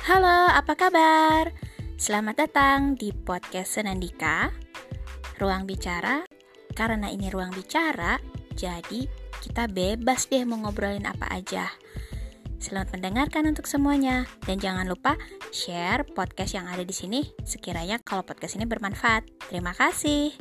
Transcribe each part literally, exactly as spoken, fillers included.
Halo, apa kabar? Selamat datang di podcast Senandika, Ruang Bicara. Karena ini ruang bicara, jadi kita bebas deh mau ngobrolin apa aja. Selamat mendengarkan untuk semuanya. Dan jangan lupa share podcast yang ada di sini sekiranya kalau podcast ini bermanfaat. Terima kasih.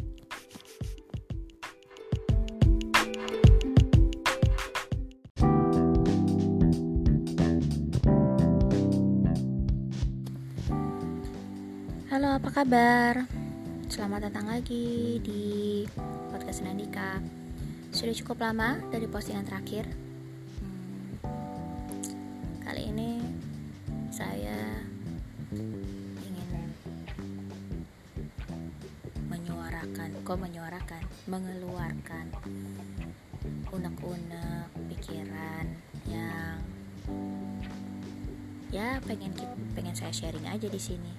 Halo, apa kabar? Selamat datang lagi di podcast Senandika. Sudah cukup lama dari postingan terakhir. hmm, Kali ini saya ingin menyuarakan Kok menyuarakan? Mengeluarkan unek-unek pikiran yang ya pengen pengen saya sharing aja di sini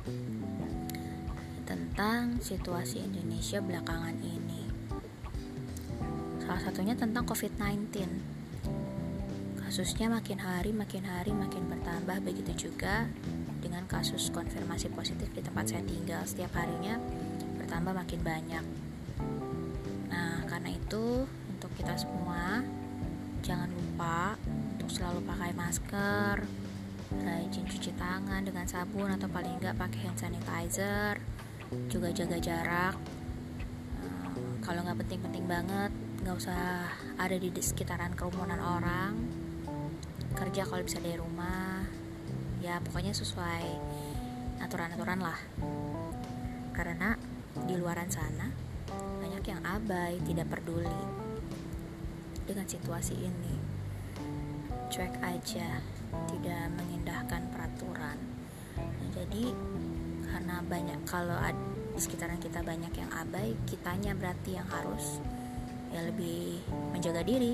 tentang situasi Indonesia belakangan ini. Salah satunya tentang covid sembilan belas. Kasusnya makin hari makin hari makin bertambah, begitu juga dengan kasus konfirmasi positif di tempat saya tinggal. Setiap harinya bertambah makin banyak. Nah, karena itu untuk kita semua jangan lupa untuk selalu pakai masker, rajin cuci tangan dengan sabun atau paling enggak pakai hand sanitizer, juga jaga jarak. Uh, kalau nggak penting-penting banget, nggak usah ada di sekitaran kerumunan orang. Kerja kalau bisa dari rumah, ya pokoknya sesuai aturan-aturan lah. Karena di luaran sana banyak yang abai, tidak peduli dengan situasi ini, cuek aja, tidak mengindahkan peraturan. Nah, jadi karena banyak kalau ad, di sekitaran kita banyak yang abai, kitanya berarti yang harus ya lebih menjaga diri.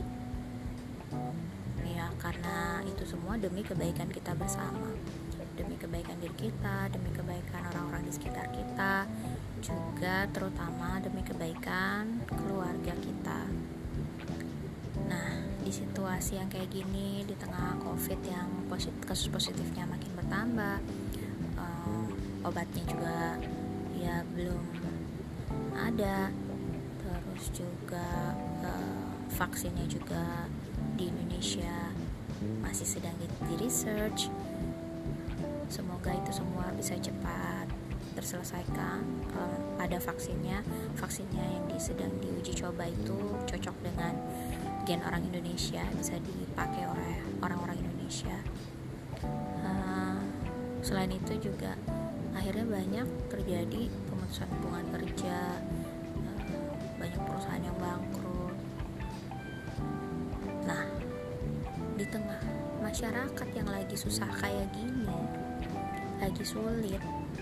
Ya, karena itu semua demi kebaikan kita bersama, demi kebaikan diri kita, demi kebaikan orang-orang di sekitar kita, juga terutama demi kebaikan keluarga kita. Nah, di situasi yang kayak gini, di tengah COVID yang posit- kasus positifnya makin bertambah, um, obatnya juga ya belum ada, terus juga uh, vaksinnya juga di Indonesia masih sedang di, di research. Semoga itu semua bisa cepat terselesaikan. Kalau ada vaksinnya, vaksinnya yang di, sedang diuji coba itu cocok dengan gen orang Indonesia, bisa dipakai oleh orang-orang Indonesia. Uh, selain itu juga akhirnya banyak terjadi pemutusan hubungan kerja, uh, banyak perusahaan yang bangkrut. Nah, di tengah masyarakat yang lagi susah kayak gini, lagi sulit,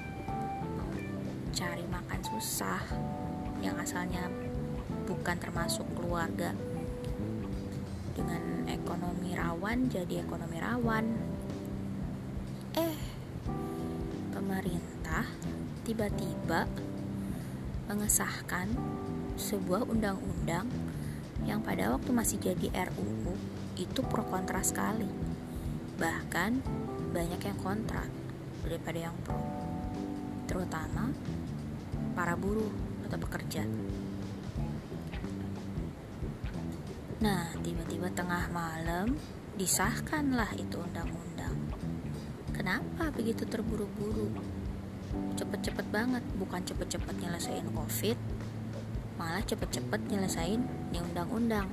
cari makan susah, yang asalnya bukan termasuk keluarga dengan ekonomi rawan jadi ekonomi rawan. Eh, pemerintah tiba-tiba mengesahkan sebuah undang-undang yang pada waktu masih jadi R U U itu pro kontra sekali. Bahkan banyak yang kontra daripada yang pro, terutama para buruh atau pekerja. Nah, tiba-tiba tengah malam disahkanlah itu undang-undang. Kenapa begitu terburu-buru? Cepet-cepet banget, bukan cepet-cepet nyelesain COVID, malah cepet-cepet nyelesain nih undang-undang.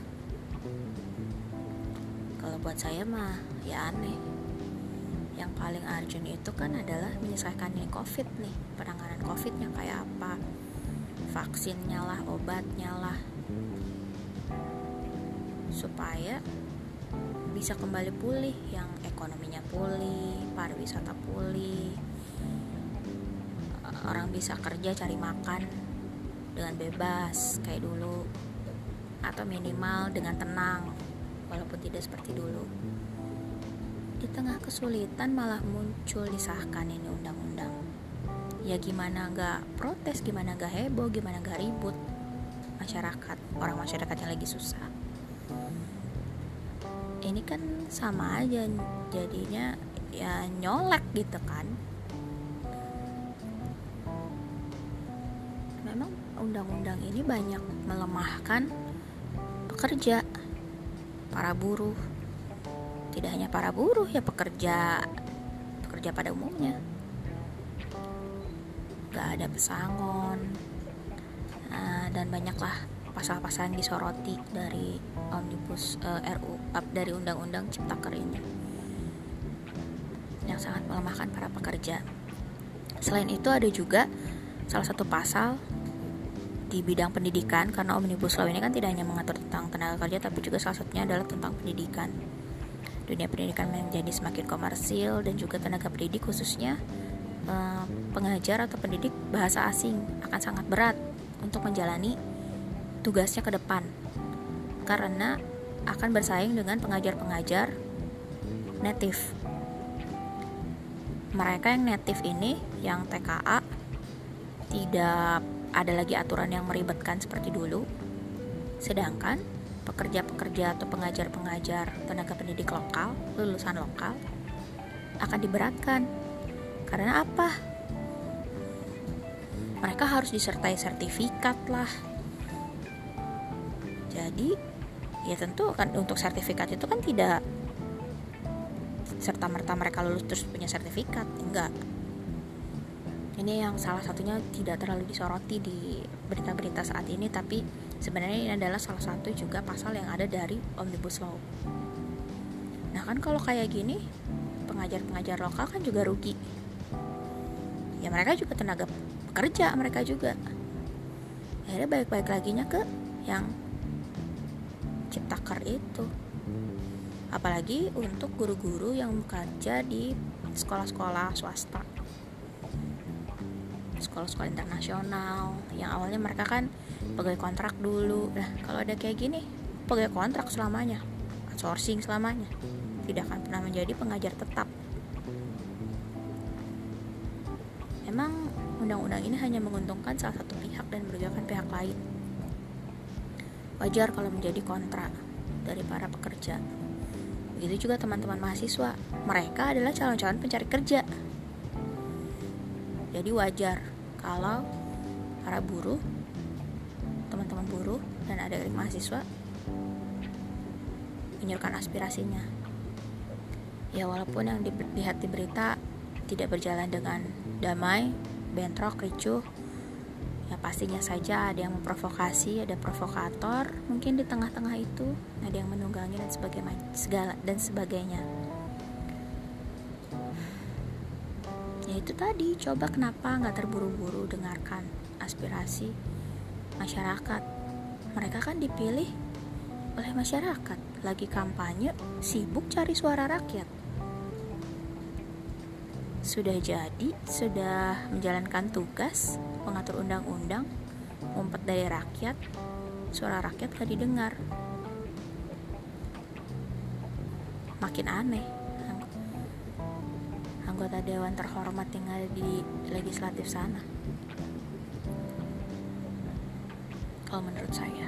Kalau buat saya mah ya aneh. Yang paling urgent itu kan adalah menyelesaikan nih COVID nih, penanganan COVID-nya kayak apa, vaksinnya lah, obatnya lah, supaya bisa kembali pulih, yang ekonominya pulih, pariwisata pulih, orang bisa kerja cari makan dengan bebas kayak dulu, atau minimal dengan tenang walaupun tidak seperti dulu. Di tengah kesulitan malah muncul disahkan ini undang-undang. Ya gimana gak protes, gimana gak heboh, gimana gak ribut masyarakat, orang masyarakat yang lagi susah. Ini kan sama aja jadinya ya nyolek gitu kan. Memang undang-undang ini banyak melemahkan pekerja, para buruh. Tidak hanya para buruh, ya pekerja pekerja pada umumnya. Gak ada pesangon, nah, dan banyaklah pasal-pasal yang disoroti dari omnibus uh, R U uh, dari undang-undang Ciptaker ini yang sangat melemahkan para pekerja. Selain itu ada juga salah satu pasal di bidang pendidikan, karena omnibus law ini kan tidak hanya mengatur tentang tenaga kerja, tapi juga salah satunya adalah tentang pendidikan. Dunia pendidikan menjadi semakin komersil, dan juga tenaga pendidik khususnya eh, pengajar atau pendidik bahasa asing akan sangat berat untuk menjalani tugasnya ke depan, karena akan bersaing dengan pengajar-pengajar native. Mereka yang native ini, yang T K A, tidak ada lagi aturan yang meribetkan seperti dulu. Sedangkan pekerja-pekerja atau pengajar-pengajar tenaga pendidik lokal, lulusan lokal, akan diberatkan. Karena apa? Mereka harus disertai sertifikat lah. Jadi, ya tentu kan untuk sertifikat itu kan tidak serta-merta mereka lulus terus punya sertifikat, enggak. Ini yang salah satunya tidak terlalu disoroti di berita-berita saat ini, tapi sebenarnya ini adalah salah satu juga pasal yang ada dari Omnibus Law. Nah kan kalau kayak gini, pengajar-pengajar lokal kan juga rugi. Ya mereka juga tenaga pekerja, mereka juga. Akhirnya balik-balik laginya ke yang Ciptaker itu. Apalagi untuk guru-guru yang bekerja di sekolah-sekolah swasta, sekolah-sekolah internasional yang awalnya mereka kan pegawai kontrak dulu. Nah kalau ada kayak gini, pegawai kontrak selamanya, outsourcing selamanya, tidak akan pernah menjadi pengajar tetap. Emang undang-undang ini hanya menguntungkan salah satu pihak dan merugikan pihak lain. Wajar kalau menjadi kontra dari para pekerja. Begitu juga teman-teman mahasiswa, mereka adalah calon-calon pencari kerja. Jadi wajar kalau para buruh, teman-teman buruh dan adik-adik mahasiswa menyuarakan aspirasinya. Ya walaupun yang dilihat di berita tidak berjalan dengan damai, bentrok, ricuh, ya pastinya saja ada yang memprovokasi, ada provokator mungkin di tengah-tengah itu, ada yang menunggangi dan sebagainya, segala dan sebagainya. Ya itu tadi, coba kenapa nggak terburu-buru dengarkan aspirasi masyarakat. Mereka kan dipilih oleh masyarakat, lagi kampanye, sibuk cari suara rakyat. Sudah jadi, sudah menjalankan tugas pengatur undang-undang, ngumpet dari rakyat, suara rakyat gak didengar. Makin aneh anggota dewan terhormat yang ada di legislatif sana, kalau menurut saya.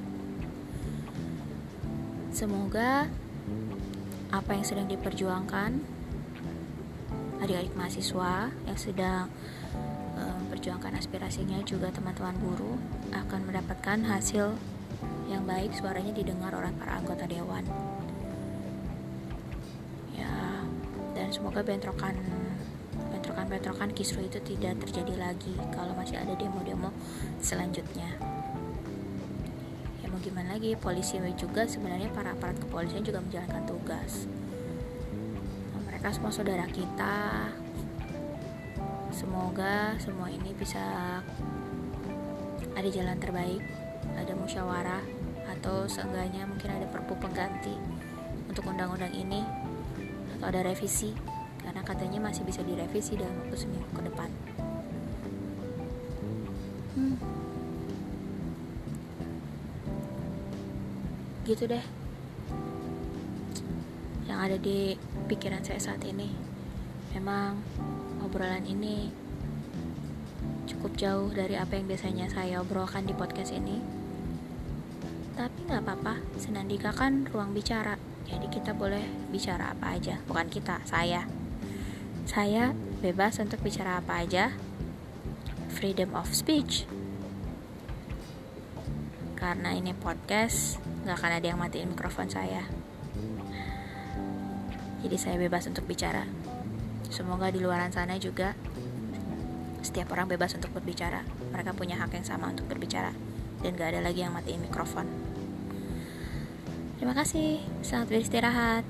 Semoga apa yang sedang diperjuangkan adik-adik mahasiswa yang sedang memperjuangkan aspirasinya, juga teman-teman buruh, akan mendapatkan hasil yang baik, suaranya didengar oleh para anggota dewan. Ya, dan semoga bentrokan bentrokan-bentrokan kisruh itu tidak terjadi lagi kalau masih ada demo-demo selanjutnya. Ya mau gimana lagi, polisi juga sebenarnya, para aparat kepolisian juga menjalankan tugas. Mereka semua saudara kita. Semoga semua ini bisa ada jalan terbaik, ada musyawarah, atau seenggaknya mungkin ada perpu pengganti untuk undang-undang ini, atau ada revisi, karena katanya masih bisa direvisi dalam waktu seminggu ke depan. hmm. Gitu deh yang ada di pikiran saya saat ini. Memang obrolan ini cukup jauh dari apa yang biasanya saya obrolkan di podcast ini, tapi gak apa-apa, senandika kan ruang bicara, jadi kita boleh bicara apa aja. Bukan kita, saya Saya bebas untuk bicara apa aja. Freedom of speech. Karena ini podcast, gak akan ada yang matiin mikrofon saya. Jadi saya bebas untuk bicara. Semoga di luaran sana juga setiap orang bebas untuk berbicara. Mereka punya hak yang sama untuk berbicara. Dan gak ada lagi yang matiin mikrofon. Terima kasih. Selamat beristirahat.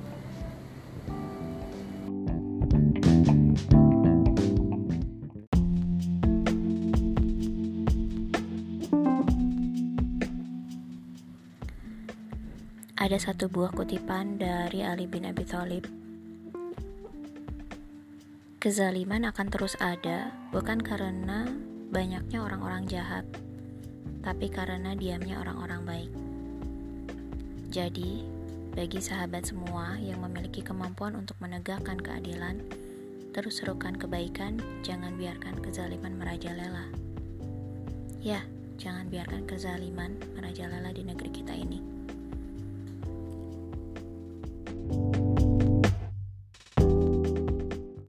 Ada satu buah kutipan dari Ali bin Abi Thalib. Kezaliman akan terus ada, bukan karena banyaknya orang-orang jahat, tapi karena diamnya orang-orang baik. Jadi, bagi sahabat semua yang memiliki kemampuan untuk menegakkan keadilan, terus serukan kebaikan, jangan biarkan kezaliman merajalela. Ya, jangan biarkan kezaliman merajalela di negeri kita ini.